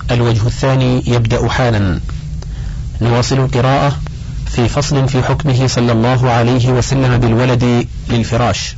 الوجه الثاني يبدأ حالا. نواصل القراءة في فصل في حكمه صلى الله عليه وسلم بالولد للفراش.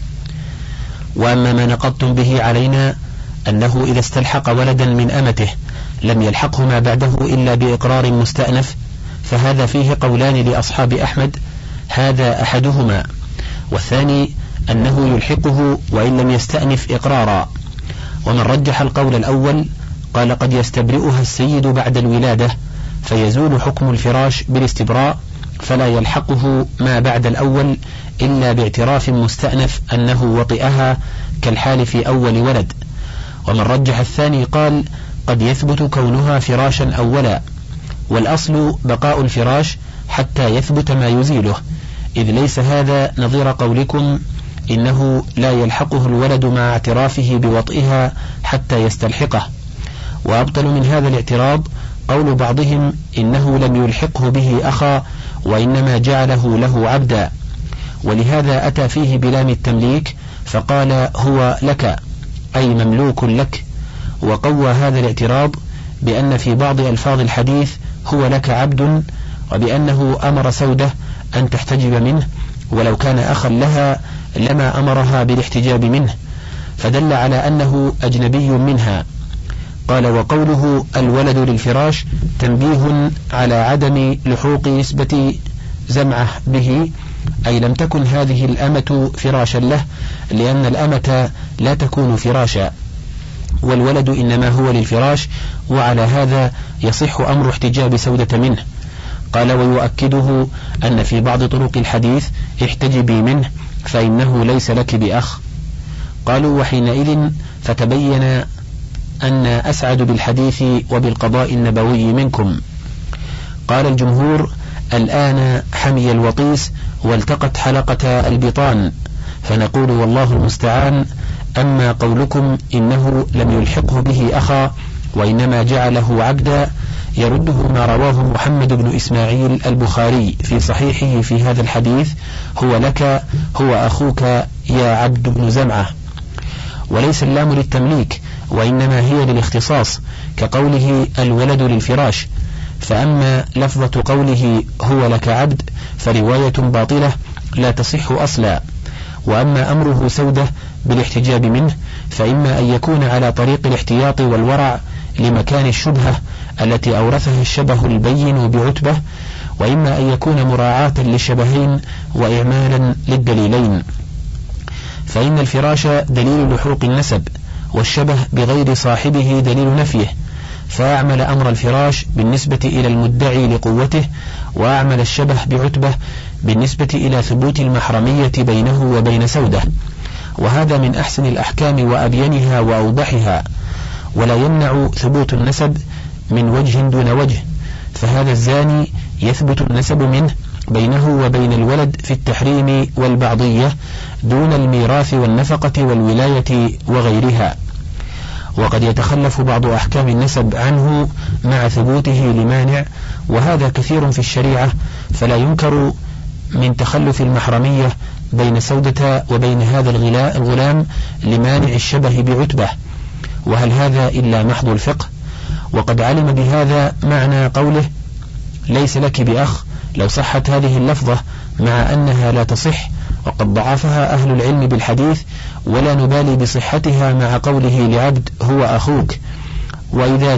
وأما ما نقضتم به علينا أنه إذا استلحق ولدا من أمته لم يلحقه ما بعده إلا بإقرار مستأنف، فهذا فيه قولان لأصحاب أحمد، هذا أحدهما، والثاني أنه يلحقه وإن لم يستأنف إقرارا. ومن رجح القول الأول قال قد يستبرئها السيد بعد الولادة فيزول حكم الفراش بالاستبراء، فلا يلحقه ما بعد الأول إلا باعتراف مستأنف أنه وطئها كالحال في أول ولد. ومن رجح الثاني قال قد يثبت كونها فراشا أولا، والأصل بقاء الفراش حتى يثبت ما يزيله، إذ ليس هذا نظير قولكم إنه لا يلحقه الولد مع اعترافه بوطئها حتى يستلحقه. وأبطل من هذا الاعتراض قول بعضهم إنه لم يلحقه به أخا وإنما جعله له عبدا، ولهذا أتى فيه بلام التمليك فقال هو لك أي مملوك لك. وقوى هذا الاعتراض بأن في بعض ألفاظ الحديث هو لك عبد، وبأنه أمر سودة أن تحتجب منه، ولو كان أخا لها لما أمرها بالاحتجاب منه، فدل على أنه أجنبي منها. قال وقوله الولد للفراش تنبيه على عدم لحوق نسبة زمعة به، أي لم تكن هذه الأمة فراشا له، لأن الأمة لا تكون فراشا، والولد إنما هو للفراش، وعلى هذا يصح أمر احتجاب سودة منه. قال ويؤكده أن في بعض طرق الحديث احتجبي منه فإنه ليس لك بأخ. قالوا وحينئذ فتبين أن أسعد بالحديث وبالقضاء النبوي منكم. قال الجمهور الآن حمي الوطيس والتقت حلقة البطان، فنقول والله المستعان. أما قولكم إنه لم يلحقه به أخا وإنما جعله عبدا يرده ما رواه محمد بن إسماعيل البخاري في صحيحه في هذا الحديث هو لك هو أخوك يا عبد بن زمعة، وليس اللام للتمليك وإنما هي للاختصاص كقوله الولد للفراش. فأما لفظة قوله هو لك عبد فرواية باطلة لا تصح أصلا. وأما أمره سودة بالاحتجاب منه فإما أن يكون على طريق الاحتياط والورع لمكان الشبهة التي أورثها الشبه البين بعتبة، وإما أن يكون مراعاة للشبهين وإعمالا للدليلين. فإن الفراش دليل لحوق النسب، والشبه بغير صاحبه دليل نفيه، فأعمل أمر الفراش بالنسبة إلى المدعي لقوته، وأعمل الشبه بعتبة بالنسبة إلى ثبوت المحرمية بينه وبين سودة، وهذا من أحسن الأحكام وأبينها وأوضحها. ولا يمنع ثبوت النسب من وجه دون وجه، فهذا الزاني يثبت النسب منه بينه وبين الولد في التحريم والبعضية دون الميراث والنفقة والولاية وغيرها. وقد يتخلف بعض أحكام النسب عنه مع ثبوته لمانع، وهذا كثير في الشريعة، فلا ينكر من تخلف المحرمية بين سودة وبين هذا الغلام لمانع الشبه بعتبة، وهل هذا إلا محض الفقه؟ وقد علم بهذا معنى قوله ليس لك بأخ لو صحت هذه اللفظة، مع أنها لا تصح، وقد ضعفها أهل العلم بالحديث، ولا نبالي بصحتها مع قوله لعبد هو أخوك. وإذا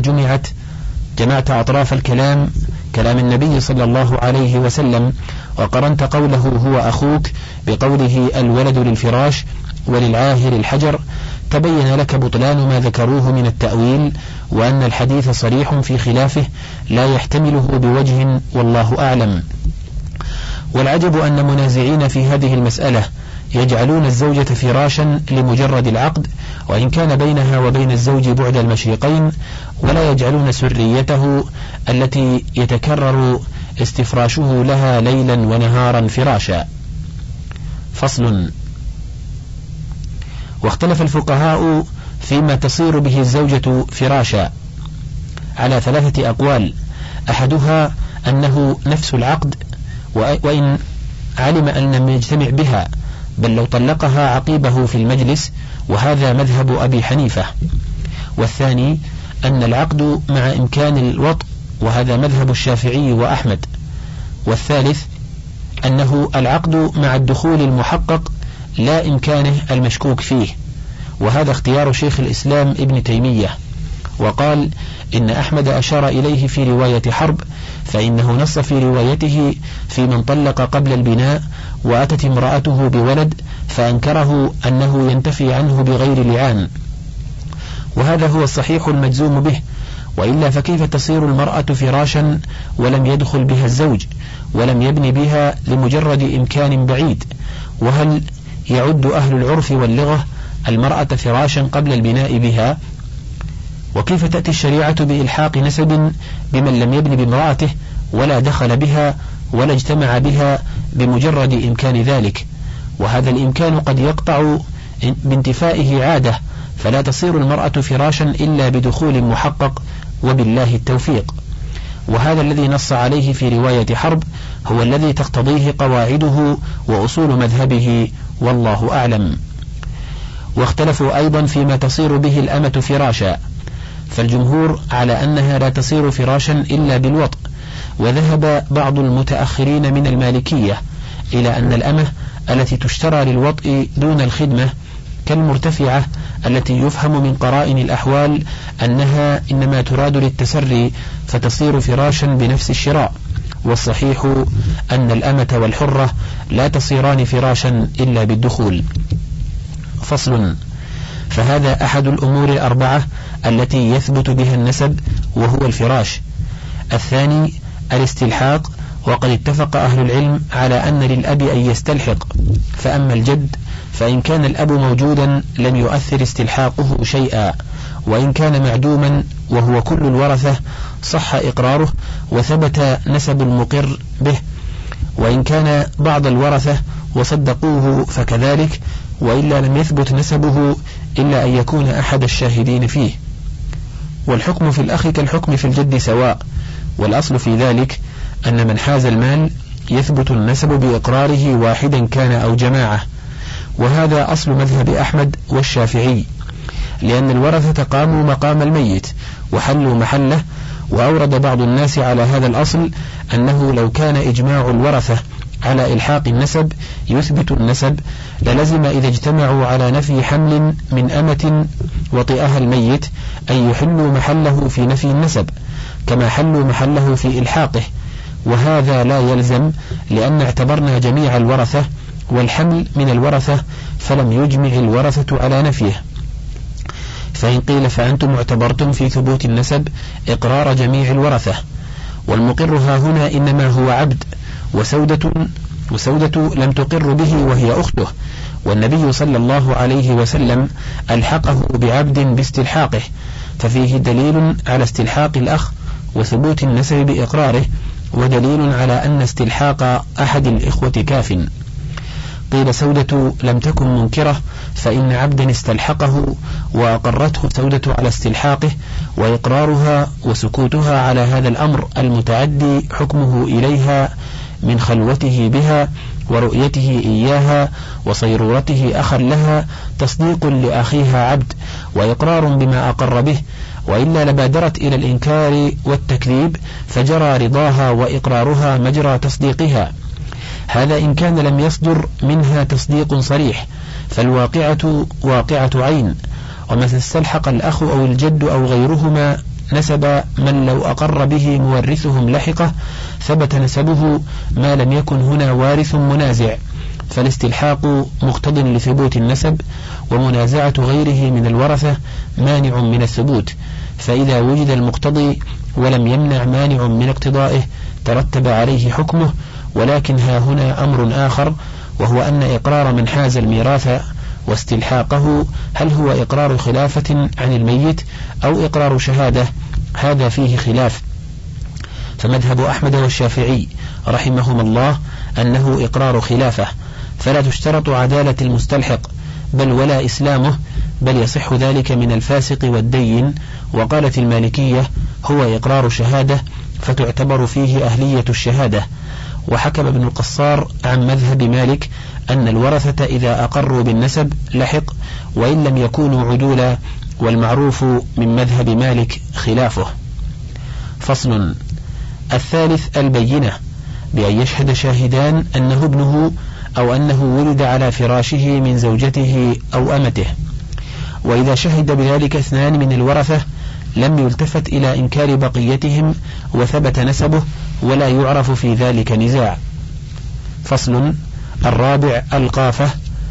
جمعت أطراف كلام النبي صلى الله عليه وسلم وقرنت قوله هو أخوك بقوله الولد للفراش وللعاهر الحجر، تبين لك بطلان ما ذكروه من التأويل، وأن الحديث صريح في خلافه لا يحتمله بوجه، والله أعلم. والعجب أن منازعين في هذه المسألة يجعلون الزوجة فراشا لمجرد العقد، وإن كان بينها وبين الزوج بعد المشرقين، ولا يجعلون سريته التي يتكرر استفراشه لها ليلا ونهارا فراشا. فصل. واختلف الفقهاء فيما تصير به الزوجة فراشا على 3 أقوال، أحدها أنه نفس العقد وإن علم أن لم يجتمع بها، بل لو طلقها عقيبه في المجلس، وهذا مذهب أبي حنيفة. والثاني أن العقد مع إمكان الوطء، وهذا مذهب الشافعي وأحمد. والثالث أنه العقد مع الدخول المحقق لا إمكانه المشكوك فيه، وهذا اختيار شيخ الإسلام ابن تيمية. وقال إن أحمد أشار إليه في رواية حرب، فإنه نص في روايته في من طلق قبل البناء وأتت امرأته بولد فأنكره أنه ينتفي عنه بغير لعان، وهذا هو الصحيح المجزوم به، وإلا فكيف تصير المرأة فراشا ولم يدخل بها الزوج ولم يبني بها لمجرد إمكان بعيد؟ وهل يعد أهل العرف واللغة المرأة فراشا قبل البناء بها؟ وكيف تأتي الشريعة بإلحاق نسب بمن لم يبن بامرأته ولا دخل بها ولا اجتمع بها بمجرد إمكان ذلك؟ وهذا الإمكان قد يقطع بانتفائه عادة، فلا تصير المرأة فراشا إلا بدخول محقق، وبالله التوفيق. وهذا الذي نص عليه في رواية حرب هو الذي تقتضيه قواعده وأصول مذهبه، والله أعلم. واختلفوا أيضا فيما تصير به الأمة فراشا، فالجمهور على أنها لا تصير فراشا إلا بالوطء، وذهب بعض المتأخرين من المالكية إلى أن الأمة التي تشترى للوطء دون الخدمة كالمرتفعة التي يفهم من قرائن الأحوال أنها إنما تراد للتسري فتصير فراشا بنفس الشراء. والصحيح أن الأمة والحرة لا تصيران فراشا إلا بالدخول. فصل. فهذا أحد الأمور الأربعة التي يثبت بها النسب، وهو الفراش. الثاني الاستلحاق، وقد اتفق أهل العلم على أن للأب أن يستلحق، فأما الجد فإن كان الأب موجودا لم يؤثر استلحاقه شيئا، وإن كان معدوما وهو كل الورثة صح إقراره وثبت نسب المقر به، وإن كان بعض الورثة وصدقوه فكذلك، وإلا لم يثبت نسبه إلا أن يكون أحد الشاهدين فيه. والحكم في الأخ كالحكم في الجد سواء، والأصل في ذلك أن من حاز المال يثبت النسب بإقراره واحدا كان أو جماعة، وهذا أصل مذهب أحمد والشافعي، لأن الورثة قاموا مقام الميت وحلوا محله. وأورد بعض الناس على هذا الأصل أنه لو كان إجماع الورثة على إلحاق النسب يثبت النسب للزم إذا اجتمعوا على نفي حمل من أمة وطئها الميت أن يحلوا محله في نفي النسب كما حلوا محله في إلحاقه، وهذا لا يلزم، لأن اعتبرنا جميع الورثة والحمل من الورثة فلم يجمع الورثة على نفيه. فإن قيل فأنتم اعتبرتم في ثبوت النسب إقرار جميع الورثة، والمقر ها هنا إنما هو عبد، وسودة لم تقر به وهي أخته، والنبي صلى الله عليه وسلم ألحقه بعبد باستلحاقه، ففيه دليل على استلحاق الأخ وثبوت النسب بإقراره، ودليل على أن استلحاق أحد الإخوة كاف. قيل سودة لم تكن منكرة، فإن عبدا استلحقه وأقرته سودة على استلحاقه، وإقرارها وسكوتها على هذا الأمر المتعدي حكمه إليها من خلوته بها ورؤيته إياها وصيرورته أخا لها تصديق لأخيها عبد وإقرار بما أقر به، وإلا لبادرت إلى الإنكار والتكذيب فجرى رضاها وإقرارها مجرى تصديقها. هذا إن كان لم يصدر منها تصديق صريح، فالواقعة واقعة عين. ومثل استلحق الأخ أو الجد أو غيرهما نسب من لو أقر به مورثهم لحقه ثبت نسبه ما لم يكن هنا وارث منازع، فالاستلحاق مقتض لثبوت النسب، ومنازعة غيره من الورثة مانع من الثبوت، فإذا وجد المقتضي ولم يمنع مانع من اقتضائه ترتب عليه حكمه. ولكن ها هنا أمر آخر، وهو أن إقرار من حاز الميراث واستلحاقه هل هو إقرار خلافة عن الميت أو إقرار شهادة؟ هذا فيه خلاف. فمذهب أحمد والشافعي رحمهما الله أنه إقرار خلافة، فلا تشترط عدالة المستلحق بل ولا إسلامه، بل يصح ذلك من الفاسق والدين. وقالت المالكية هو إقرار شهادة فتعتبر فيه أهلية الشهادة. وحكم ابن القصار عن مذهب مالك أن الورثة إذا أقروا بالنسب لحق، وإن لم يكونوا عدولا والمعروف من مذهب مالك خلافه. فصل. الثالث البينة، بأن يشهد شاهدان أنه ابنه أو أنه ولد على فراشه من زوجته أو أمته، وإذا شهد بذلك اثنان من الورثة لم يلتفت إلى إنكار بقيتهم وثبت نسبه ولا يعرف في ذلك نزاع. فصل. الرابع القافة.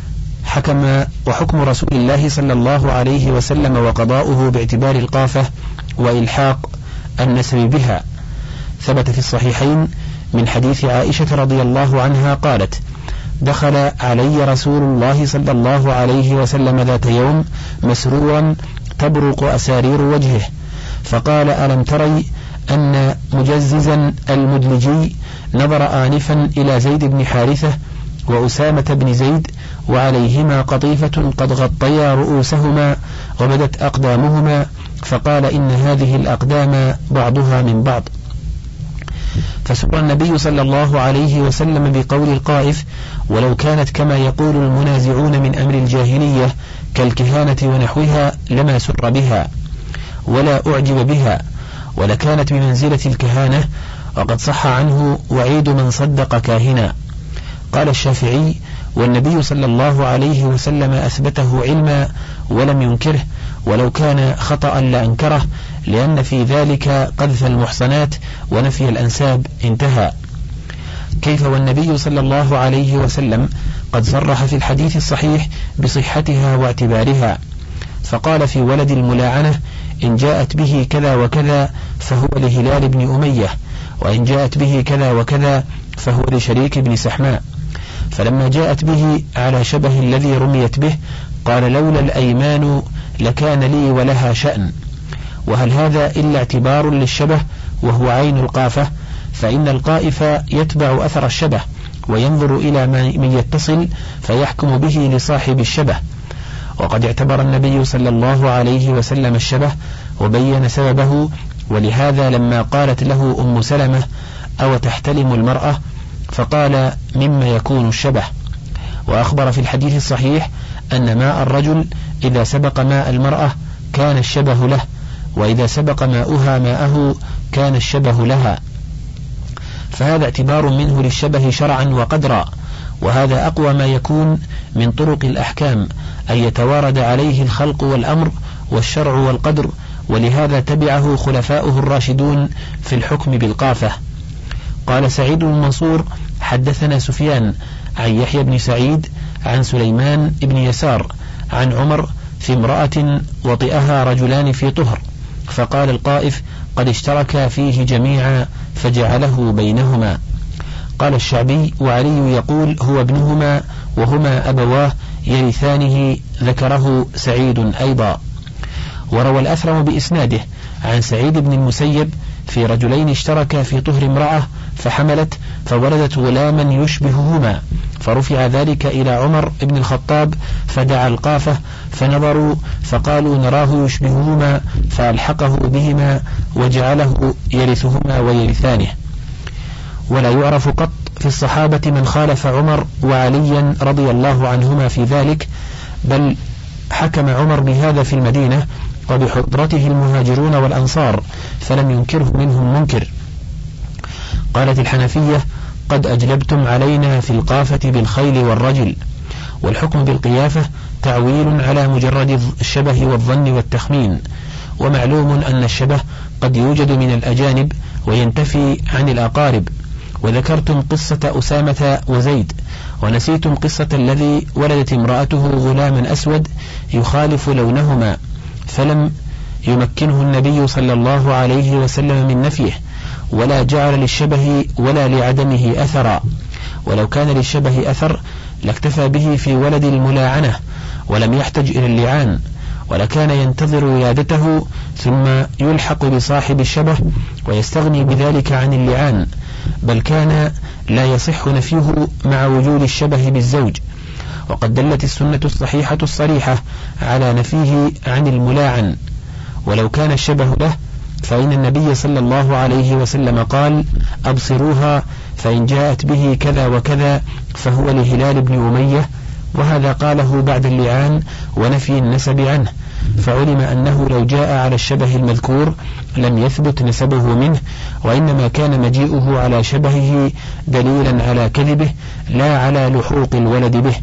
وحكم رسول الله صلى الله عليه وسلم وقضاؤه باعتبار القافة وإلحاق النسب بها. ثبت في الصحيحين من حديث عائشة رضي الله عنها قالت: دخل علي رسول الله صلى الله عليه وسلم ذات يوم مسرورا تبرق أسارير وجهه، فقال: ألم تري أن مجززا المدلجي نظر آنفا إلى زيد بن حارثة وأسامة بن زيد وعليهما قطيفة قد غطيا رؤوسهما وبدت أقدامهما، فقال: إن هذه الأقدام بعضها من بعض. فسر النبي صلى الله عليه وسلم بقول القائف: ولو كانت كما يقول المنازعون من أمر الجاهلية كالكهانة ونحوها لما سر بها ولا أعجب بها، ولكانت بمنزلة الكهانة، وقد صح عنه وعيد من صدق كاهنا. قال الشافعي: والنبي صلى الله عليه وسلم أثبته علما ولم ينكره، ولو كان خطأ لأنكره، لأن في ذلك قذف المحصنات ونفي الأنساب. انتهى. كيف والنبي صلى الله عليه وسلم قد صرح في الحديث الصحيح بصحتها واعتبارها، فقال في ولد الملاعنة: إن جاءت به كذا وكذا فهو لهلال بن أمية، وإن جاءت به كذا وكذا فهو لشريك بن سحماء. فلما جاءت به على شبه الذي رميت به قال: لولا الأيمان لكان لي ولها شأن. وهل هذا إلا اعتبار للشبه وهو عين القافة؟ فإن القائف يتبع أثر الشبه وينظر إلى من يتصل فيحكم به لصاحب الشبه. وقد اعتبر النبي صلى الله عليه وسلم الشبه وبين سببه، ولهذا لما قالت له أم سلمة: أو تحتلم المرأة؟ فقال: مما يكون الشبه. وأخبر في الحديث الصحيح أن ماء الرجل إذا سبق ماء المرأة كان الشبه له، وإذا سبق ماؤها ماءه كان الشبه لها. فهذا اعتبار منه للشبه شرعا وقدرا، وهذا أقوى ما يكون من طرق الأحكام، أن يتوارد عليه الخلق والأمر والشرع والقدر، ولهذا تبعه خلفاؤه الراشدون في الحكم بالقافة. قال سعيد بن منصور: حدثنا سفيان عن يحيى بن سعيد عن سليمان بن يسار عن عمر في امرأة وطئها رجلان في طهر، فقال القائف: قد اشتركا فيه جميعا فجعله بينهما. قال الشعبي: وعلي يقول هو ابنهما وهما أبواه يرثانه، ذكره سعيد أيضا. وروى الأثرم بإسناده عن سعيد بن المسيب في رجلين اشتركا في طهر امرأة فحملت فولدت غلاما يشبههما، فرفع ذلك إلى عمر بن الخطاب فدعا القافة فنظروا فقالوا: نراه يشبههما، فألحقه بهما وجعله يرثهما ويرثانه. ولا يعرف قط في الصحابة من خالف عمر وعليا رضي الله عنهما في ذلك، بل حكم عمر بهذا في المدينة وبحضرته المهاجرون والأنصار فلم ينكره منهم منكر. قالت الحنفية: قد أجلبتم علينا في القافة بالخيل والرجل. والحكم بالقيافة تعويل على مجرد الشبه والظن والتخمين، ومعلوم أن الشبه قد يوجد من الأجانب وينتفي عن الأقارب. وذكرتم قصة أسامة وزيد، ونسيتم قصة الذي ولدت امرأته غلاما أسود يخالف لونهما، فلم يمكنه النبي صلى الله عليه وسلم من نفيه، ولا جعل للشبه ولا لعدمه أثرا. ولو كان للشبه أثر لاكتفى به في ولد الملاعنة ولم يحتج إلى اللعان، ولكان ينتظر ولادته ثم يلحق بصاحب الشبه ويستغني بذلك عن اللعان، بل كان لا يصح نفيه مع وجود الشبه بالزوج. وقد دلت السنة الصحيحة الصريحة على نفيه عن الملاعن. ولو كان الشبه له فإن النبي صلى الله عليه وسلم قال: أبصروها، فإن جاءت به كذا وكذا فهو لهلال بن أمية، وهذا قاله بعد اللعان ونفي النسب عنه، فعلم أنه لو جاء على الشبه المذكور لم يثبت نسبه منه، وإنما كان مجيئه على شبهه دليلا على كذبه لا على لحوق الولد به.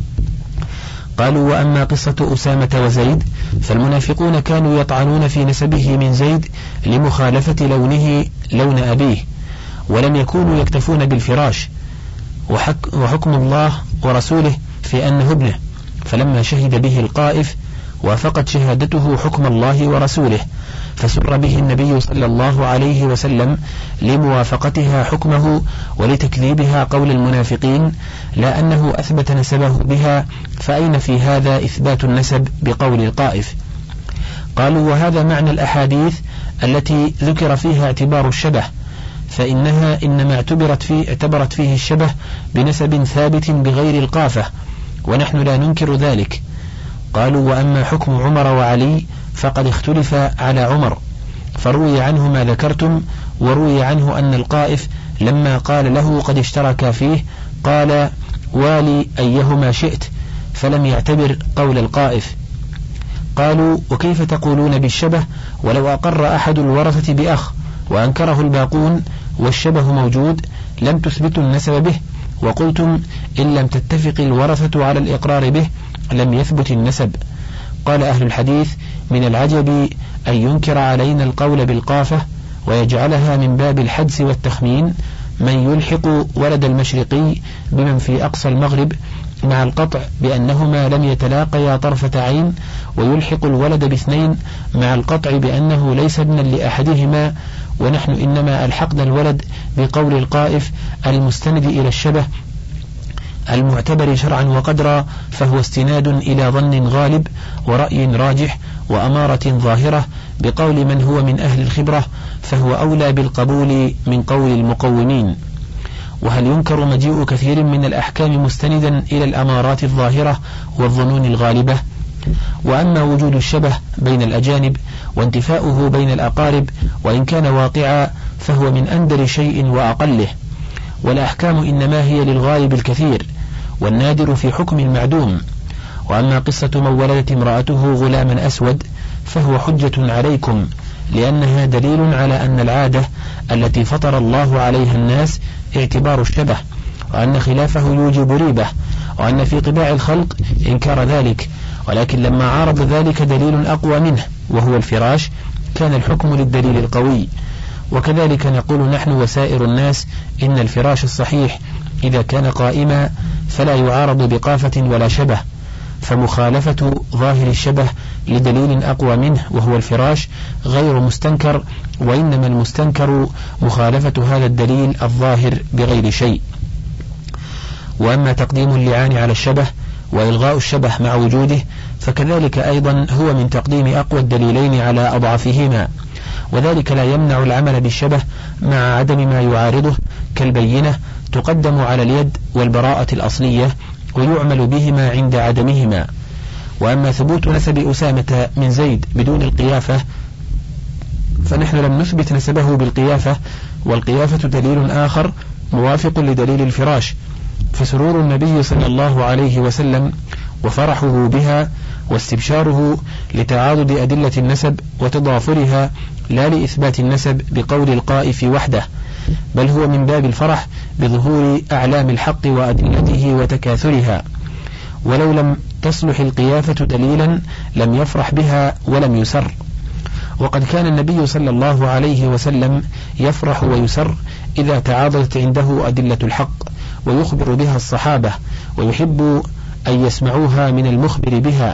قالوا: وأما قصة أسامة وزيد فالمنافقون كانوا يطعنون في نسبه من زيد لمخالفة لونه لون أبيه، ولم يكونوا يكتفون بالفراش، وحكم الله ورسوله في أنه ابنه، فلما شهد به القائف وافقت شهادته حكم الله ورسوله، فسر به النبي صلى الله عليه وسلم لموافقتها حكمه ولتكذيبها قول المنافقين، لا أنه أثبت نسبه بها، فأين في هذا إثبات النسب بقول القائف؟ قالوا: وهذا معنى الأحاديث التي ذكر فيها اعتبار الشبه، فإنها إنما اعتبرت فيه الشبه بنسب ثابت بغير القافة، ونحن لا ننكر ذلك. قالوا: وأما حكم عمر وعلي فقد اختلف على عمر، فروي عنه ما ذكرتم، وروي عنه أن القائف لما قال له قد اشترك فيه قال: والي أيهما شئت، فلم يعتبر قول القائف. قالوا: وكيف تقولون بالشبه ولو أقر أحد الورثة بأخ وأنكره الباقون والشبه موجود لم تثبتوا النسب به، وقلتم إن لم تتفق الورثة على الإقرار به لم يثبت النسب. قال أهل الحديث: من العجب أن ينكر علينا القول بالقافة ويجعلها من باب الحدس والتخمين، من يلحق ولد المشرقي بمن في أقصى المغرب مع القطع بأنهما لم يتلاقيا طرفة عين، ويلحق الولد باثنين مع القطع بأنه ليس ابنا لأحدهما، ونحن إنما ألحقنا الولد بقول القائف المستند إلى الشبه المعتبر شرعا وقدرا، فهو استناد إلى ظن غالب ورأي راجح وأمارة ظاهرة بقول من هو من أهل الخبرة، فهو أولى بالقبول من قول المقومين. وهل ينكر مجيء كثير من الأحكام مستندا إلى الأمارات الظاهرة والظنون الغالبة؟ وأما وجود الشبه بين الأجانب وانتفاؤه بين الأقارب وإن كان واقعا فهو من أندر شيء وأقله، والأحكام إنما هي للغالب الكثير والنادر في حكم المعدوم. وأما قصة من ولدت امرأته غلاما أسود فهو حجة عليكم، لأنها دليل على أن العادة التي فطر الله عليها الناس اعتبار الشبه، وأن خلافه يوجب ريبة، وأن في طباع الخلق إنكار ذلك، ولكن لما عارض ذلك دليل أقوى منه وهو الفراش كان الحكم للدليل القوي. وكذلك نقول نحن وسائر الناس إن الفراش الصحيح إذا كان قائما فلا يعارض بقافة ولا شبه، فمخالفة ظاهر الشبه لدليل أقوى منه وهو الفراش غير مستنكر، وإنما المستنكر مخالفة هذا الدليل الظاهر بغير شيء. وأما تقديم اللعان على الشبه وإلغاء الشبه مع وجوده فكذلك أيضا هو من تقديم أقوى الدليلين على أضعفهما، وذلك لا يمنع العمل بالشبه مع عدم ما يعارضه كالبينة تقدم على اليد والبراءة الأصلية ويعمل بهما عند عدمهما. وأما ثبوت نسب أسامة من زيد بدون القيافة فنحن لم نثبت نسبه بالقيافة، والقيافة دليل آخر موافق لدليل الفراش، فسرور النبي صلى الله عليه وسلم وفرحه بها واستبشاره لتعاضد أدلة النسب وتضافرها لا لإثبات النسب بقول القائف وحده، بل هو من باب الفرح بظهور أعلام الحق وأدلته وتكاثرها. ولو لم تصلح القيافة دليلا لم يفرح بها ولم يسر. وقد كان النبي صلى الله عليه وسلم يفرح ويسر إذا تعاضدت عنده أدلة الحق ويخبر بها الصحابة، ويحب أن يسمعوها من المخبر بها،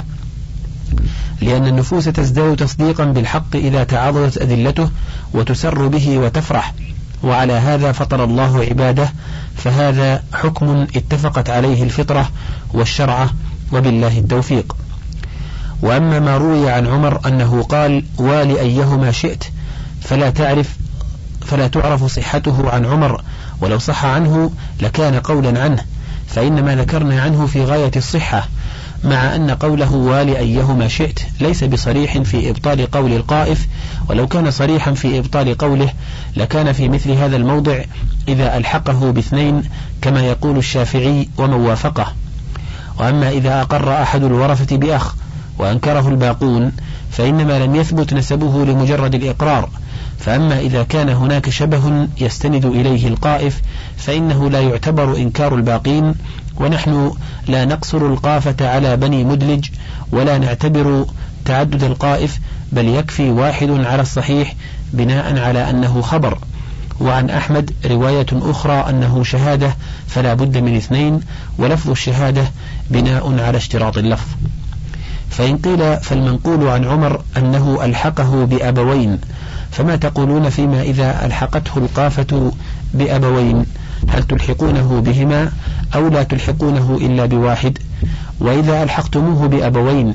لأن النفوس تزداد تصديقا بالحق إذا تعاضدت أدلته وتسر به وتفرح، وعلى هذا فطر الله عباده، فهذا حكم اتفقت عليه الفطرة والشرع، وبالله التوفيق. وأما ما روي عن عمر أنه قال والي أيهما شئت فلا تعرف صحته عن عمر، ولو صح عنه لكان قولا عنه، فإنما ذكرنا عنه في غاية الصحة، مع أن قوله والي أيهما شئت ليس بصريح في إبطال قول القائف، ولو كان صريحا في إبطال قوله لكان في مثل هذا الموضع إذا ألحقه باثنين كما يقول الشافعي ومن وافقه. وأما إذا أقر أحد الورثة بأخ وأنكره الباقون فإنما لم يثبت نسبه لمجرد الإقرار. فأما إذا كان هناك شبه يستند إليه القائف فإنه لا يعتبر إنكار الباقين، ونحن لا نقصر القافة على بني مدلج ولا نعتبر تعدد القائف، بل يكفي واحد على الصحيح بناء على أنه خبر. وعن أحمد رواية أخرى أنه شهادة فلا بد من اثنين، ولفظ الشهادة بناء على اشتراط اللفظ. فإن قيل فالمنقول عن عمر أنه ألحقه بأبوين، فما تقولون فيما إذا ألحقته القافة بأبوين؟ هل تلحقونه بهما أو لا تلحقونه إلا بواحد؟ وإذا ألحقتموه بأبوين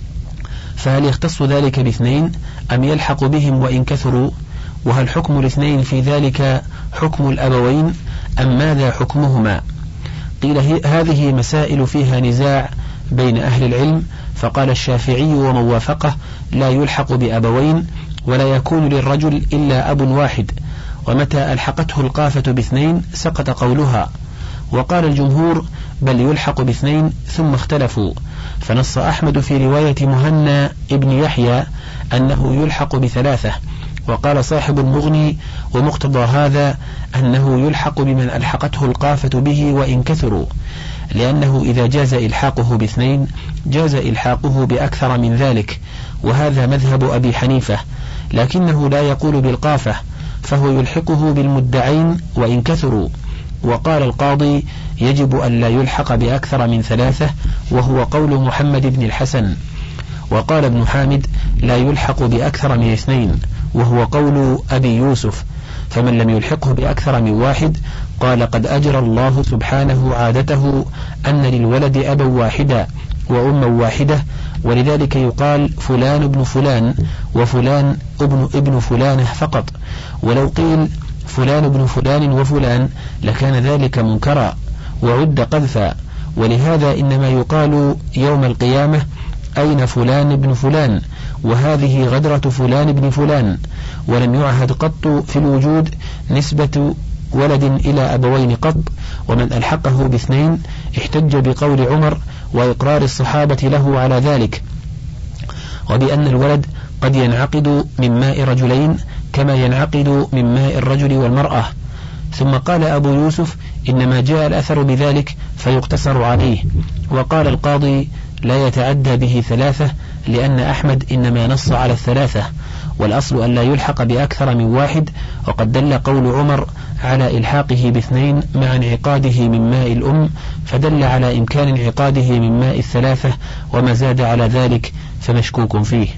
فهل يختص ذلك باثنين أم يلحق بهم وإن كثروا؟ وهل حكم الاثنين في ذلك حكم الأبوين أم ماذا حكمهما؟ قيل هذه مسائل فيها نزاع بين أهل العلم، فقال الشافعي ومن وافقه لا يلحق بأبوين ولا يكون للرجل إلا أب واحد، ومتى ألحقته القافة باثنين سقط قولها. وقال الجمهور بل يلحق باثنين، ثم اختلفوا، فنص أحمد في رواية مهنا ابن يحيى أنه يلحق بثلاثة، وقال صاحب المغني ومقتضى هذا أنه يلحق بمن ألحقته القافة به وإن كثروا، لأنه إذا جاز إلحاقه باثنين جاز إلحاقه بأكثر من ذلك، وهذا مذهب أبي حنيفة، لكنه لا يقول بالقافة، فهو يلحقه بالمدعين وإن كثروا. وقال القاضي يجب أن لا يلحق بأكثر من ثلاثة، وهو قول محمد بن الحسن. وقال ابن حامد لا يلحق بأكثر من اثنين، وهو قول أبي يوسف. فمن لم يلحقه بأكثر من واحد قال قد أجرى الله سبحانه عادته أن للولد أبا واحدا وأما واحدة، ولذلك يقال فلان ابن فلان وفلان ابن فلانة فقط، ولو قيل فلان ابن فلان وفلان لكان ذلك منكرا وعد قذفا. ولهذا إنما يقال يوم القيامة أين فلان ابن فلان، وهذه غدرة فلان ابن فلان، ولم يعهد قط في الوجود نسبة ولد إلى أبوين قط. ومن ألحقه باثنين احتج بقول عمر وإقرار الصحابة له على ذلك، وبأن الولد قد ينعقد من ماء رجلين كما ينعقد من ماء الرجل والمرأة. ثم قال أبو يوسف إنما جاء الأثر بذلك فيقتصر عليه. وقال القاضي لا يتعدى به ثلاثة، لأن أحمد إنما نص على الثلاثة، والأصل أن لا يلحق بأكثر من واحد، وقد دل قول عمر على إلحاقه باثنين مع انعقاده من ماء الأم، فدل على إمكان انعقاده من ماء الثلاثة، وما زاد على ذلك فمشكوك فيه.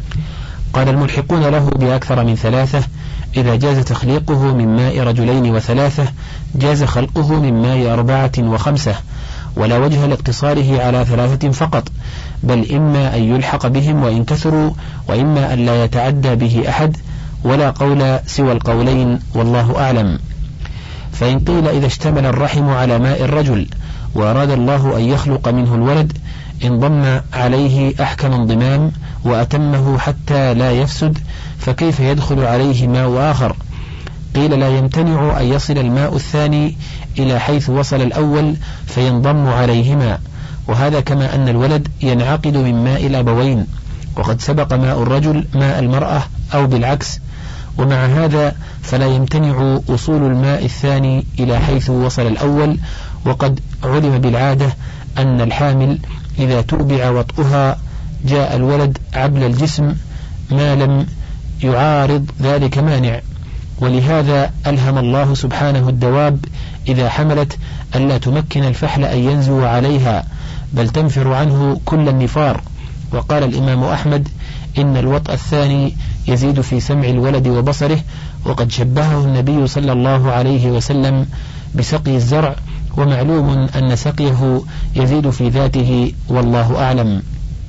قال الملحقون له بأكثر من ثلاثة إذا جاز تخليقه من ماء رجلين وثلاثة جاز خلقه من ماء 4 و5، ولا وجه لاقتصاره على 3 فقط، بل إما أن يلحق بهم وإن كثروا، وإما أن لا يتعدى به أحد، ولا قول سوى القولين والله أعلم. فإن قيل إذا اشتمل الرحم على ماء الرجل وأراد الله أن يخلق منه الولد انضم عليه أحكم انضمام وأتمه حتى لا يفسد، فكيف يدخل عليه ماء آخر؟ قيل لا يمتنع أن يصل الماء الثاني إلى حيث وصل الأول فينضم عليهما، وهذا كما أن الولد ينعقد من ماء الأبوين، وقد سبق ماء الرجل ماء المرأة أو بالعكس. ومع هذا فلا يمتنع وصول الماء الثاني إلى حيث وصل الأول، وقد علم بالعادة أن الحامل إذا توبع وطئها جاء الولد عبل الجسم ما لم يعارض ذلك مانع. ولهذا ألهم الله سبحانه الدواب إذا حملت ألا تمكن الفحل أن ينزو عليها، بل تنفر عنه كل النفار. وقال الإمام أحمد إن الوطأ الثاني يزيد في سمع الولد وبصره، وقد شبهه النبي صلى الله عليه وسلم بسقي الزرع، ومعلوم أن سقيه يزيد في ذاته والله أعلم.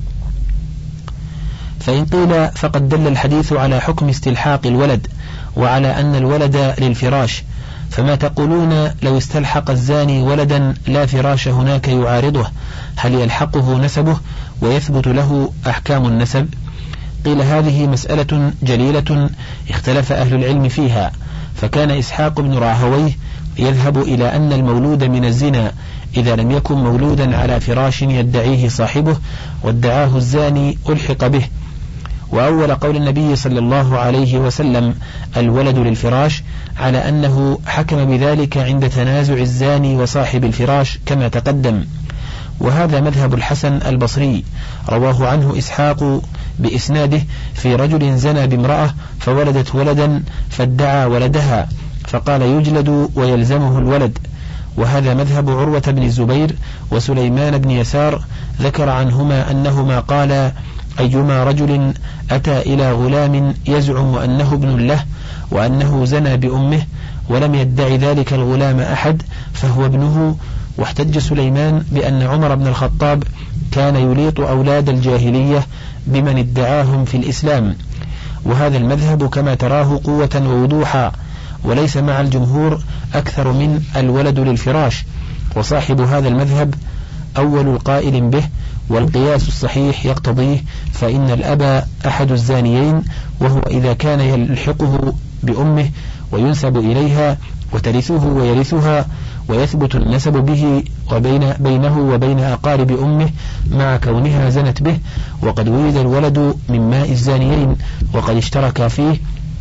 فإن قيل فقد دل الحديث على حكم استلحاق الولد وعلى أن الولد للفراش، فما تقولون لو استلحق الزاني ولدا لا فراش هناك يعارضه، هل يلحقه نسبه ويثبت له أحكام النسب؟ قيل هذه مسألة جليلة اختلف أهل العلم فيها، فكان إسحاق بن راهويه يذهب إلى أن المولود من الزنا إذا لم يكن مولودا على فراش يدعيه صاحبه وادعاه الزاني ألحق به. وأول قول النبي صلى الله عليه وسلم الولد للفراش على أنه حكم بذلك عند تنازع الزاني وصاحب الفراش كما تقدم، وهذا مذهب الحسن البصري، رواه عنه إسحاق بإسناده في رجل زنى بامرأة فولدت ولدا فادعى ولدها فقال يجلد ويلزمه الولد. وهذا مذهب عروة بن الزبير وسليمان بن يسار، ذكر عنهما أنهما قال أيما رجل أتى إلى غلام يزعم أنه ابن له وأنه زنى بأمه ولم يدع ذلك الغلام أحد فهو ابنه. واحتج سليمان بأن عمر بن الخطاب كان يليط أولاد الجاهلية بمن ادعاهم في الإسلام، وهذا المذهب كما تراه قوة ووضوحا، وليس مع الجمهور أكثر من الولد للفراش. وصاحب هذا المذهب أول القائل به، والقياس الصحيح يقتضيه، فإن الأب أحد الزانيين، وهو إذا كان يلحقه بأمه وينسب إليها وترثه ويرثها ويثبت النسب به بينه وبين أقارب أمه مع كونها زنت به، وقد ولد الولد من ماء الزانيين وقد اشتركا فيه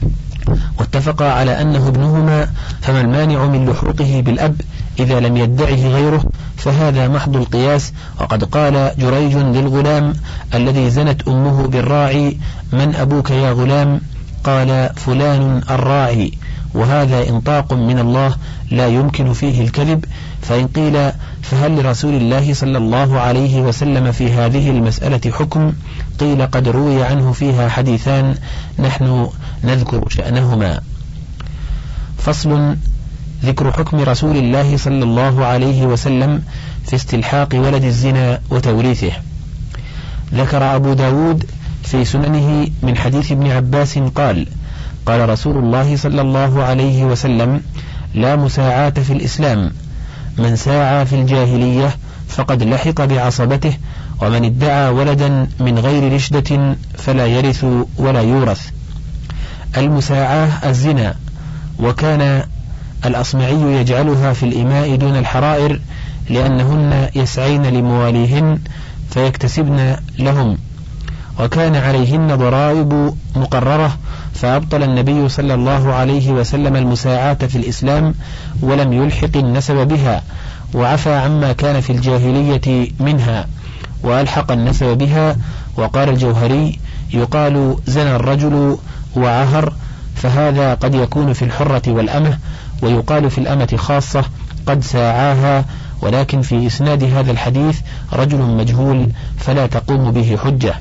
واتفقا على أنه ابنهما، فما المانع من لحوقه بالأب إذا لم يدعه غيره؟ فهذا محض القياس. وقد قال جريج للغلام الذي زنت أمه بالراعي من أبوك يا غلام؟ قال فلان الراعي، وهذا إنطاق من الله لا يمكن فيه الكذب. فإن قيل فهل لرسول الله صلى الله عليه وسلم في هذه المسألة حكم؟ قيل قد روي عنه فيها حديثان نحن نذكر شأنهما. فصل: ذكر حكم رسول الله صلى الله عليه وسلم في استلحاق ولد الزنا وتوريثه. ذكر أبو داود في سننه من حديث ابن عباس قال: قال رسول الله صلى الله عليه وسلم: لا مساعاة في الإسلام، من ساعى في الجاهلية فقد لحق بعصبته، ومن ادعى ولدا من غير رشدة فلا يرث ولا يورث. المساعاة الزنا، وكان الأصمعي يجعلها في الإماء دون الحرائر لأنهن يسعين لمواليهن فيكتسبن لهم، وكان عليهن ضرائب مقررة، فأبطل النبي صلى الله عليه وسلم المساعاة في الإسلام ولم يلحق النسب بها، وعفى عما كان في الجاهلية منها وألحق النسب بها. وقال الجوهري: يقال زنى الرجل وعهر، فهذا قد يكون في الحرة والأمة، ويقال في الأمة خاصة قد ساعاها، ولكن في إسناد هذا الحديث رجل مجهول فلا تقوم به حجة.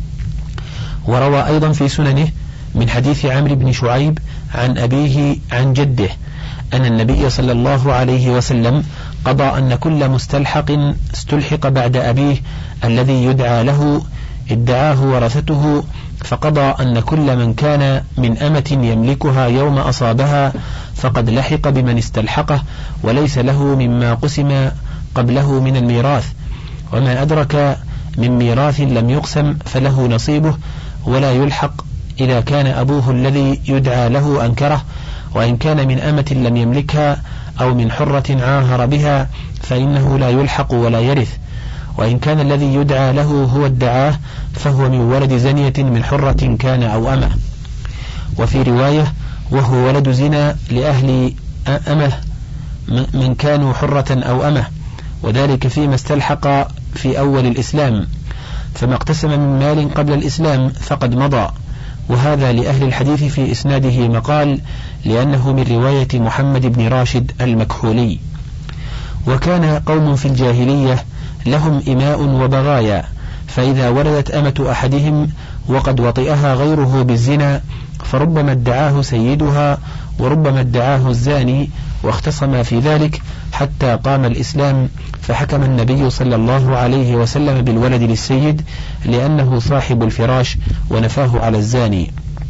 وروى أيضا في سننه من حديث عمرو بن شعيب عن أبيه عن جده أن النبي صلى الله عليه وسلم قضى أن كل مستلحق استلحق بعد أبيه الذي يدعى له ادعاه ورثته، فقضى أن كل من كان من أمة يملكها يوم أصابها فقد لحق بمن استلحقه، وليس له مما قسم قبله من الميراث، وما أدرك من ميراث لم يقسم فله نصيبه، ولا يلحق إذا كان أبوه الذي يدعى له أنكره. وإن كان من أمة لم يملكها أو من حرة عاهر بها فإنه لا يلحق ولا يرث. وإن كان الذي يدعى له هو ادعاه فهو من ولد زنية من حرة كان أو أمة. وفي رواية: وهو ولد زنا لأهل أمه من كانوا حرة أو أمة، وذلك فيما استلحق في أول الإسلام، فما اقتسم من مال قبل الإسلام فقد مضى. وهذا لأهل الحديث في إسناده مقال، لأنه من رواية محمد بن راشد المكحولي. وكان قوم في الجاهلية لهم إماء وبغايا، فإذا ولدت أمة أحدهم وقد وطئها غيره بالزنا فربما ادعاه سيدها وربما ادعاه الزاني، واختصما في ذلك حتى قام الإسلام، فحكم النبي صلى الله عليه وسلم بالولد للسيد لأنه صاحب الفراش ونفاه على الزاني.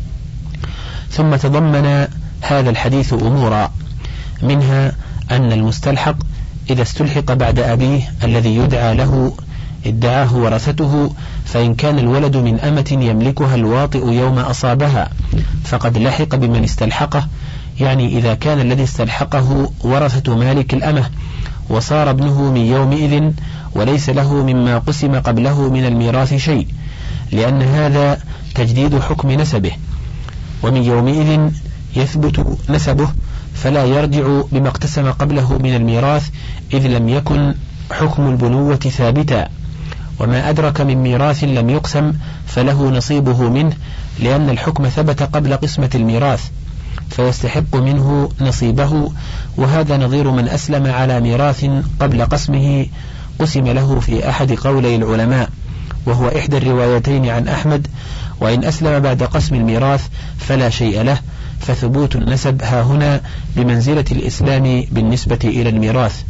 ثم تضمن هذا الحديث أمورا، منها أن المستلحق إذا استلحق بعد أبيه الذي يدعى له ادعاه ورثته، فإن كان الولد من أمة يملكها الواطئ يوم أصابها فقد لحق بمن استلحقه، يعني إذا كان الذي استلحقه ورثة مالك الأمة، وصار ابنه من يومئذ وليس له مما قسم قبله من الميراث شيء، لأن هذا تجديد حكم نسبه، ومن يومئذ يثبت نسبه فلا يرجع بما اقتسم قبله من الميراث، إذ لم يكن حكم البنوة ثابتا، وما أدرك من ميراث لم يقسم فله نصيبه منه، لأن الحكم ثبت قبل قسمة الميراث فيستحق منه نصيبه. وهذا نظير من أسلم على ميراث قبل قسمه قسم له في أحد قولي العلماء، وهو إحدى الروايتين عن أحمد، وإن أسلم بعد قسم الميراث فلا شيء له، فثبوت النسب هاهنا بمنزلة الإسلام بالنسبة إلى الميراث.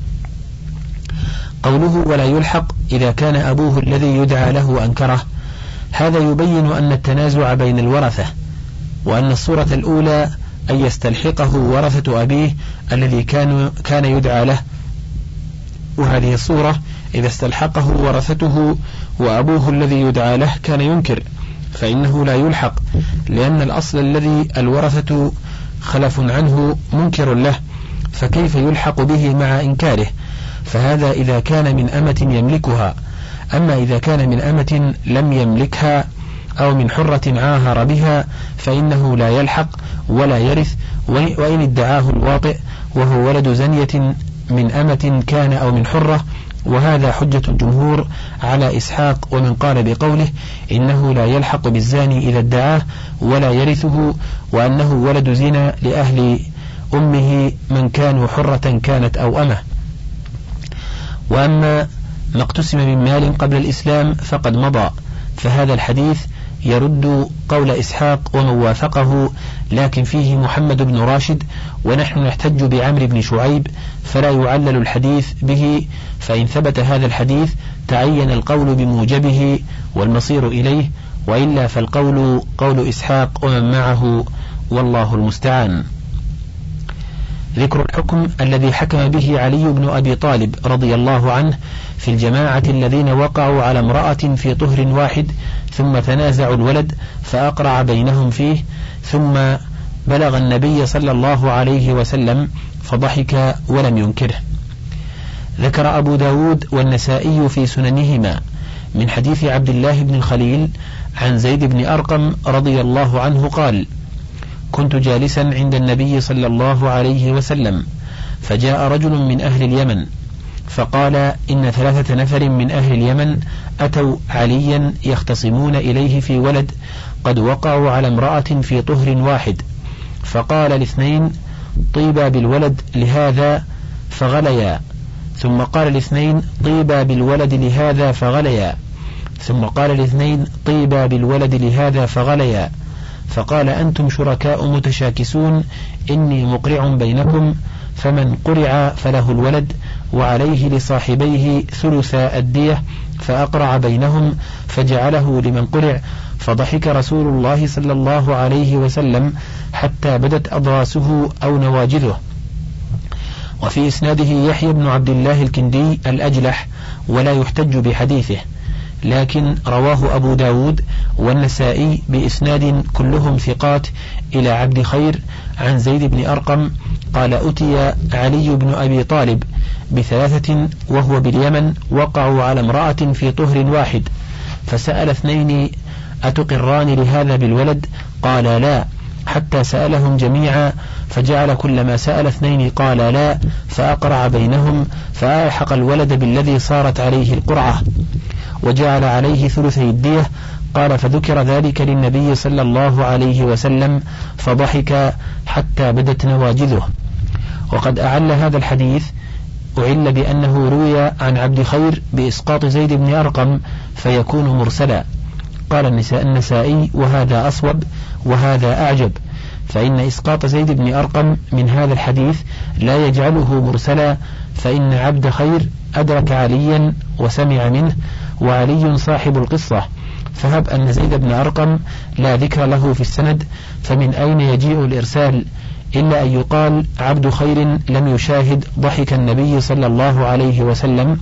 قوله ولا يلحق إذا كان أبوه الذي يدعى له أنكره، هذا يبين أن التنازع بين الورثة، وأن الصورة الأولى أن يستلحقه ورثة أبيه الذي كان يدعى له، وهذه الصورة إذا استلحقه ورثته وأبوه الذي يدعى له كان ينكر فإنه لا يلحق، لأن الأصل الذي الورثة خلف عنه منكر له، فكيف يلحق به مع إنكاره؟ فهذا إذا كان من أمة يملكها، أما إذا كان من أمة لم يملكها أو من حرة عاهر بها فإنه لا يلحق ولا يرث، وإن ادعاه الواطئ وهو ولد زنية من أمة كان أو من حرة. وهذا حجة الجمهور على إسحاق، ومن قال بقوله إنه لا يلحق بالزاني إذا ادعاه ولا يرثه، وأنه ولد زنا لأهل أمه من كانوا حرة كانت أو أمه. وأما ما اقتسم من مال قبل الإسلام فقد مضى، فهذا الحديث يرد قول إسحاق ومن وافقه، لكن فيه محمد بن راشد، ونحن نحتج بعمر بن شعيب فلا يعلل الحديث به، فإن ثبت هذا الحديث تعين القول بموجبه والمصير إليه، وإلا فالقول قول إسحاق ومن معه، والله المستعان. ذكر الحكم الذي حكم به علي بن أبي طالب رضي الله عنه في الجماعة الذين وقعوا على امرأة في طهر واحد ثم تنازعوا الولد فأقرع بينهم فيه، ثم بلغ النبي صلى الله عليه وسلم فضحك ولم ينكره. ذكر أبو داود والنسائي في سننهما من حديث عبد الله بن الخليل عن زيد بن أرقم رضي الله عنه قال: كنت جالسا عند النبي صلى الله عليه وسلم، فجاء رجل من أهل اليمن فقال: إن 3 نفر من أهل اليمن أتوا عليا يختصمون إليه في ولد قد وقعوا على امرأة في طهر واحد، فقال ل2: طيبا بالولد لهذا فغليا، ثم قال ل2: طيبا بالولد لهذا فغليا، ثم قال ل2: طيبا بالولد لهذا فغليا، فقال: أنتم شركاء متشاكسون، إني مقرع بينكم، فمن قرع فله الولد وعليه لصاحبيه ثلث الدية، فأقرع بينهم فجعله لمن قرع، فضحك رسول الله صلى الله عليه وسلم حتى بدت أضراسه أو نواجذه. وفي إسناده يحيى بن عبد الله الكندي الأجلح ولا يحتج بحديثه، لكن رواه أبو داود والنسائي بإسناد كلهم ثقات إلى عبد خير عن زيد بن أرقم قال: أتي علي بن أبي طالب ب3 وهو باليمن وقعوا على امرأة في طهر واحد، فسأل 2: أتقران لهذا بالولد؟ قال: لا، حتى سألهم جميعا، فجعل كلما سأل 2 قال لا، فأقرع بينهم فألحق الولد بالذي صارت عليه القرعة، وجعل عليه ثلثي الدية. قال: فذكر ذلك للنبي صلى الله عليه وسلم فضحك حتى بدت نواجذه. وقد أعل هذا الحديث بأنه روي عن عبد خير بإسقاط زيد بن أرقم فيكون مرسلا. قال النسائي: وهذا أصوب وهذا أعجب، فإن إسقاط زيد بن أرقم من هذا الحديث لا يجعله مرسلا، فإن عبد خير أدرك عليا وسمع منه، وعلي صاحب القصة، فهب أن زيد بن أرقم لا ذكر له في السند، فمن أين يجيء الإرسال؟ إلا أن يقال عبد خير لم يشاهد ضحك النبي صلى الله عليه وسلم،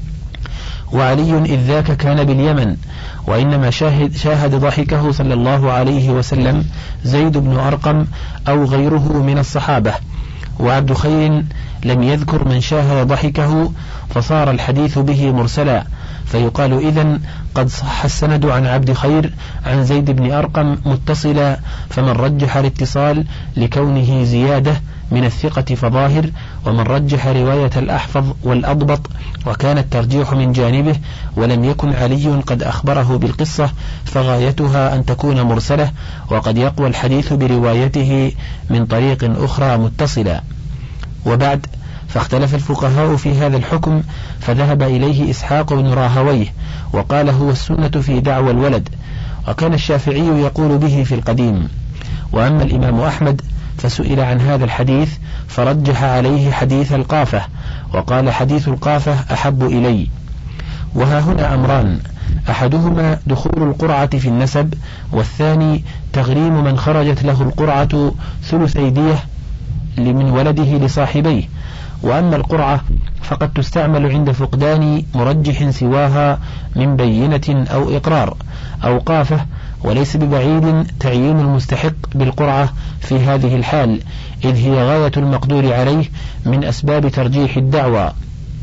وعلي إذ ذاك كان باليمن، وإنما شاهد ضحكه صلى الله عليه وسلم زيد بن أرقم أو غيره من الصحابة. وعبد خير لم يذكر من شاهد ضحكه فصار الحديث به مرسلا، فيقال إذن قد صح السند عن عبد خير عن زيد بن أرقم متصلا، فمن رجح الاتصال لكونه زيادة من الثقة فظاهر، ومن رجح رواية الأحفظ والأضبط وكان الترجيح من جانبه ولم يكن علي قد أخبره بالقصة فغايتها أن تكون مرسلة، وقد يقوى الحديث بروايته من طريق أخرى متصلة. وبعد، فاختلف الفقهاء في هذا الحكم، فذهب إليه إسحاق بن راهويه وقال هو السنة في دعوى الولد، وكان الشافعي يقول به في القديم. وأما الإمام أحمد فسئل عن هذا الحديث فرجح عليه حديث القافة، وقال حديث القافة أحب إلي. وها هنا أمران، أحدهما دخول القرعة في النسب، والثاني تغريم من خرجت له القرعة ثلثي دية من ولده لصاحبيه. وأما القرعة فقد تستعمل عند فقدان مرجح سواها من بينة أو إقرار أو قافة، وليس ببعيد تعيين المستحق بالقرعة في هذه الحال، إذ هي غاية المقدور عليه من أسباب ترجيح الدعوى.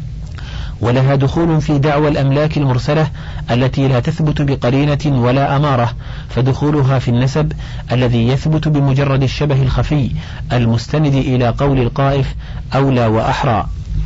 ولها دخول في دعوى الأملاك المرسلة التي لا تثبت بقرينة ولا أمارة، فدخولها في النسب الذي يثبت بمجرد الشبه الخفي المستند إلى قول القائف أولى وأحرى.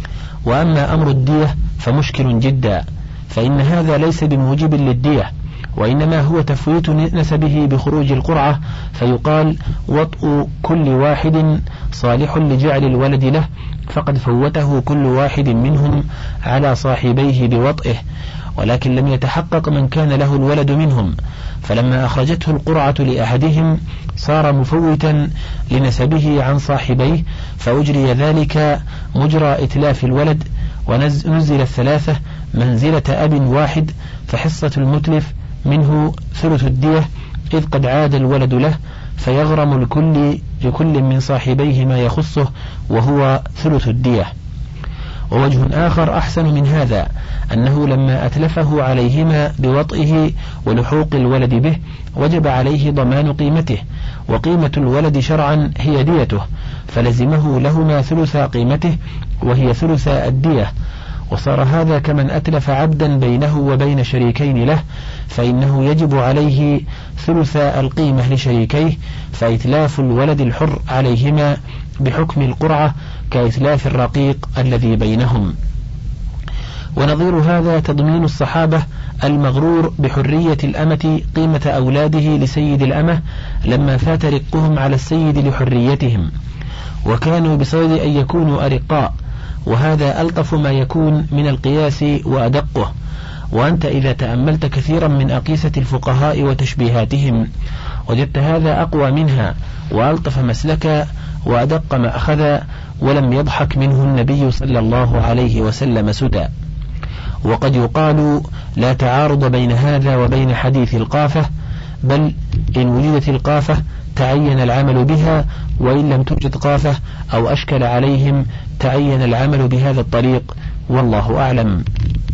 وأما أمر الدية فمشكل جدا، فإن هذا ليس بموجب للدية، وإنما هو تفويت نسبه بخروج القرعة، فيقال وطء كل واحد صالح لجعل الولد له، فقد فوته كل واحد منهم على صاحبيه بوطئه، ولكن لم يتحقق من كان له الولد منهم، فلما أخرجته القرعة لأحدهم صار مفوتا لنسبه عن صاحبيه، فأجري ذلك مجرى إتلاف الولد، ونزل الثلاثة منزلة أب واحد، فحصة المتلف منه ثلث الدية، إذ قد عاد الولد له، فيغرم لكل من صاحبيه ما يخصه وهو ثلث الدية. ووجه آخر أحسن من هذا أنه لما أتلفه عليهما بوطئه ولحوق الولد به وجب عليه ضمان قيمته، وقيمة الولد شرعا هي ديته، فلزمه لهما ثلث قيمته وهي ثلث الدية، وصار هذا كمن أتلف عبدا بينه وبين شريكين له، فإنه يجب عليه ثلث القيمة لشريكيه، فإتلاف الولد الحر عليهما بحكم القرعة كإتلاف الرقيق الذي بينهم. ونظير هذا تضمين الصحابة المغرور بحرية الأمة قيمة أولاده لسيد الأمة لما فات رقهم على السيد لحريتهم، وكانوا بصدد أن يكونوا أرقاء، وهذا ألطف ما يكون من القياس وأدقه. وأنت إذا تأملت كثيرا من أقيسة الفقهاء وتشبيهاتهم وجدت هذا أقوى منها وألطف مسلكا وأدق ما أخذ، ولم يضحك منه النبي صلى الله عليه وسلم سدى. وقد يقال لا تعارض بين هذا وبين حديث القافة، بل إن وجدت القافة تعين العمل بها، وإن لم توجد قافة أو أشكل عليهم تعين العمل بهذا الطريق، والله أعلم.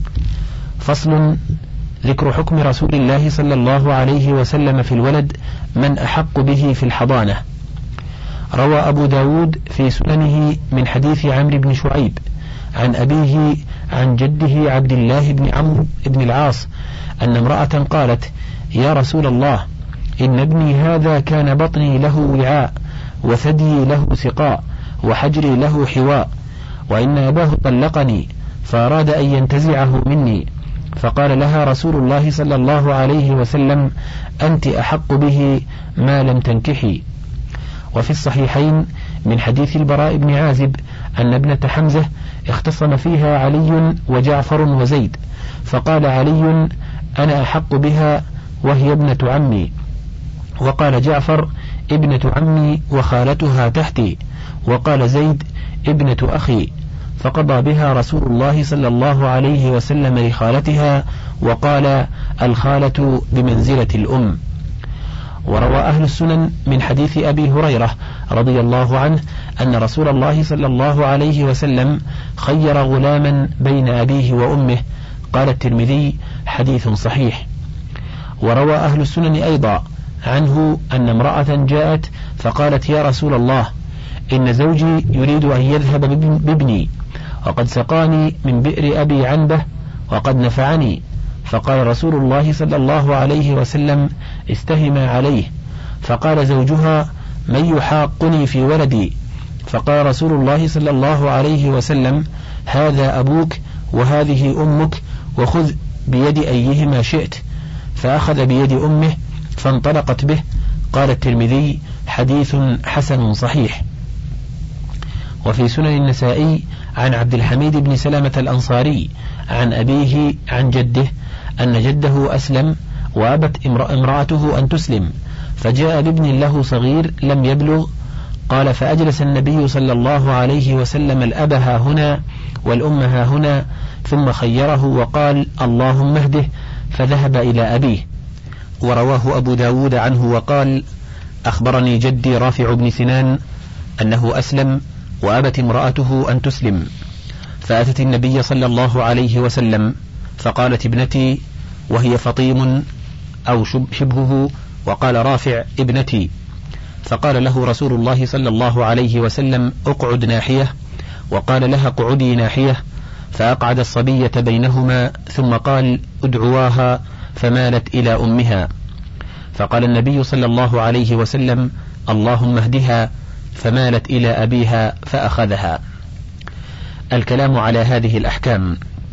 فصل. ذكر حكم رسول الله صلى الله عليه وسلم في الولد من أحق به في الحضانة. روى أبو داود في سننه من حديث عمرو بن شعيب عن أبيه عن جده عبد الله بن عمرو بن العاص أن امرأة قالت: يا رسول الله، إن ابني هذا كان بطني له وعاء، وثدي له سقاء، وحجري له حواء، وإن أباه طلقني فأراد أن ينتزعه مني، فقال لها رسول الله صلى الله عليه وسلم: أنت أحق به ما لم تنكحي. وفي الصحيحين من حديث البراء بن عازب أن ابنة حمزة اختصم فيها علي وجعفر وزيد، فقال علي: أنا أحق بها وهي ابنة عمي، وقال جعفر: ابنة عمي وخالتها تحتي، وقال زيد: ابنة أخي، فقضى بها رسول الله صلى الله عليه وسلم لخالتها، وقال: الخالة بمنزلة الأم. وروى أهل السنن من حديث أبي هريرة رضي الله عنه أن رسول الله صلى الله عليه وسلم خير غلاما بين أبيه وأمه. قال الترمذي: حديث صحيح. وروى أهل السنن أيضا عنه أن امرأة جاءت فقالت: يا رسول الله، إن زوجي يريد أن يذهب بابني، وقد سقاني من بئر أبي عنبة وقد نفعني. فقال رسول الله صلى الله عليه وسلم: استهما عليه. فقال زوجها: من يحاقني في ولدي؟ فقال رسول الله صلى الله عليه وسلم: هذا أبوك وهذه أمك، وخذ بيد أيهما شئت. فأخذ بيد أمه فانطلقت به. قال الترمذي: حديث حسن صحيح. وفي سنن النسائي عن عبد الحميد بن سلمة الأنصاري عن أبيه عن جده أن جده أسلم وأبت امرأته أن تسلم، فجاء بابن له صغير لم يبلغ. قال: فأجلس النبي صلى الله عليه وسلم الأب ها هنا والأم ها هنا، ثم خيره وقال: اللهم اهده، فذهب إلى أبيه. ورواه أبو داود عنه وقال: أخبرني جدي رافع بن سنان أنه أسلم وأبت امرأته أن تسلم، فأتت النبي صلى الله عليه وسلم فقالت: ابنتي، وهي فطيم أو شبهه، وقال رافع: ابنتي. فقال له رسول الله صلى الله عليه وسلم: اقعد ناحية، وقال لها: اقعدي ناحية، فأقعد الصبية بينهما، ثم قال: ادعواها، فمالت إلى أمها. فقال النبي صلى الله عليه وسلم: اللهم اهدها، فمالت إلى أبيها فأخذها. الكلام على هذه الأحكام.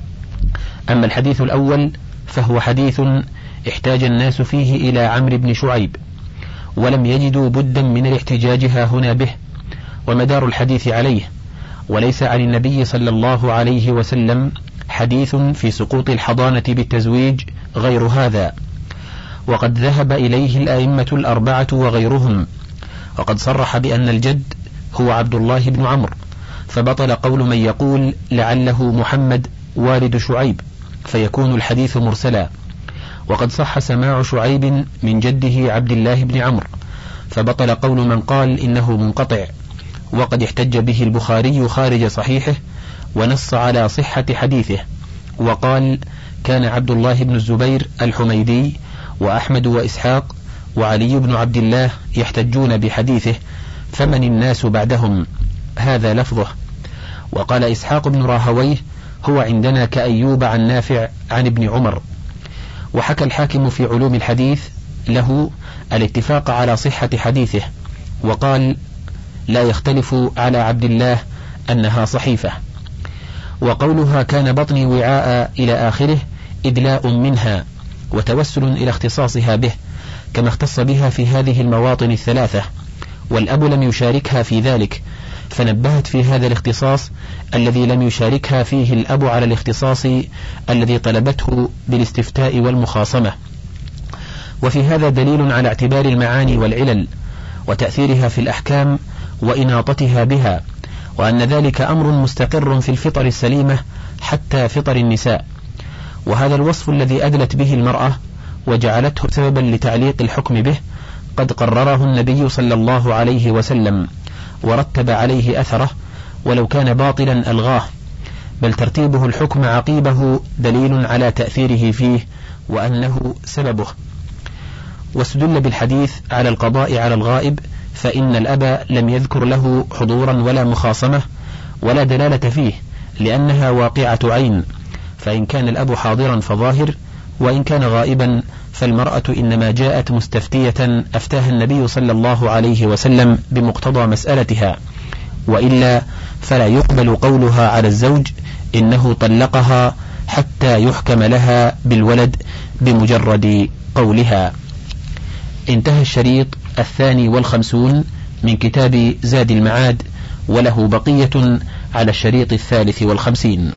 أما الحديث الأول فهو حديث احتاج الناس فيه إلى عمرو بن شعيب، ولم يجدوا بدا من الاحتجاج ها هنا به، ومدار الحديث عليه، وليس عن النبي صلى الله عليه وسلم حديث في سقوط الحضانة بالتزويج غير هذا، وقد ذهب إليه الأئمة الأربعة وغيرهم، وقد صرح بأن الجد هو عبد الله بن عمرو، فبطل قول من يقول لعله محمد والد شعيب، فيكون الحديث مرسلا. وقد صح سماع شعيب من جده عبد الله بن عمرو، فبطل قول من قال إنه منقطع. وقد احتج به البخاري خارج صحيحه ونص على صحة حديثه، وقال: كان عبد الله بن الزبير الحميدي وأحمد وإسحاق وعلي بن عبد الله يحتجون بحديثه، فمن الناس بعدهم؟ هذا لفظه. وقال إسحاق بن راهويه: هو عندنا كأيوب عن نافع عن ابن عمر. وحكى الحاكم في علوم الحديث له الاتفاق على صحة حديثه، وقال: لا يختلف على عبد الله أنها صحيفة. وقولها كان بطني وعاء إلى آخره إدلاء منها وتوسل إلى اختصاصها به، كما اختص بها في هذه المواطن الثلاثة، والأب لم يشاركها في ذلك، فنبهت في هذا الاختصاص الذي لم يشاركها فيه الأب على الاختصاص الذي طلبته بالاستفتاء والمخاصمة. وفي هذا دليل على اعتبار المعاني والعلل وتأثيرها في الأحكام وإناطتها بها، وأن ذلك أمر مستقر في الفطر السليمة حتى فطر النساء. وهذا الوصف الذي أدلت به المرأة وجعلته سببا لتعليق الحكم به قد قرره النبي صلى الله عليه وسلم ورتب عليه أثره، ولو كان باطلا ألغاه، بل ترتيبه الحكم عقيبه دليل على تأثيره فيه وأنه سببه. واستدل بالحديث على القضاء على الغائب، فإن الأب لم يذكر له حضورا ولا مخاصمة ولا دلالة فيه، لأنها واقعة عين، فإن كان الأب حاضرا فظاهر، وإن كان غائبا فالمرأة إنما جاءت مستفتية أفتاها النبي صلى الله عليه وسلم بمقتضى مسألتها، وإلا فلا يقبل قولها على الزوج إنه طلقها حتى يحكم لها بالولد بمجرد قولها. انتهى الشريط 52 من كتاب زاد المعاد، وله بقية على الشريط 53.